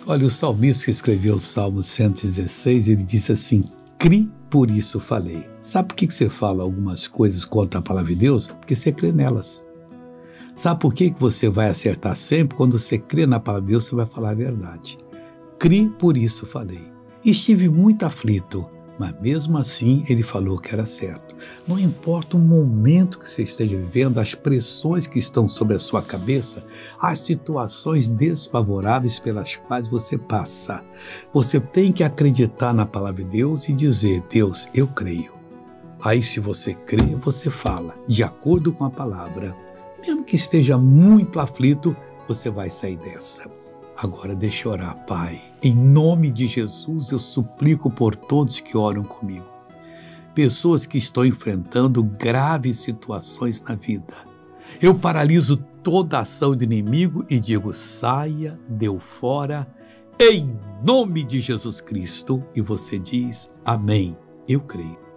Olha, o salmista que escreveu o Salmo 116, ele disse assim: cri, por isso falei. Sabe por que você fala algumas coisas contra a palavra de Deus? Porque você crê nelas. Sabe por que você vai acertar sempre? Quando você crê na palavra de Deus, você vai falar a verdade. Cri, por isso falei. Estive muito aflito, mas mesmo assim ele falou que era certo. Não importa o momento que você esteja vivendo, as pressões que estão sobre a sua cabeça, as situações desfavoráveis pelas quais você passa. Você tem que acreditar na palavra de Deus e dizer: Deus, eu creio. Aí se você crê, você fala de acordo com a palavra. Mesmo que esteja muito aflito, você vai sair dessa. Agora deixa eu orar, Pai. Em nome de Jesus, eu suplico por todos que oram comigo. Pessoas que estão enfrentando graves situações na vida. Eu paraliso toda a ação do inimigo e digo: saia, deu fora, em nome de Jesus Cristo. E você diz: amém, eu creio.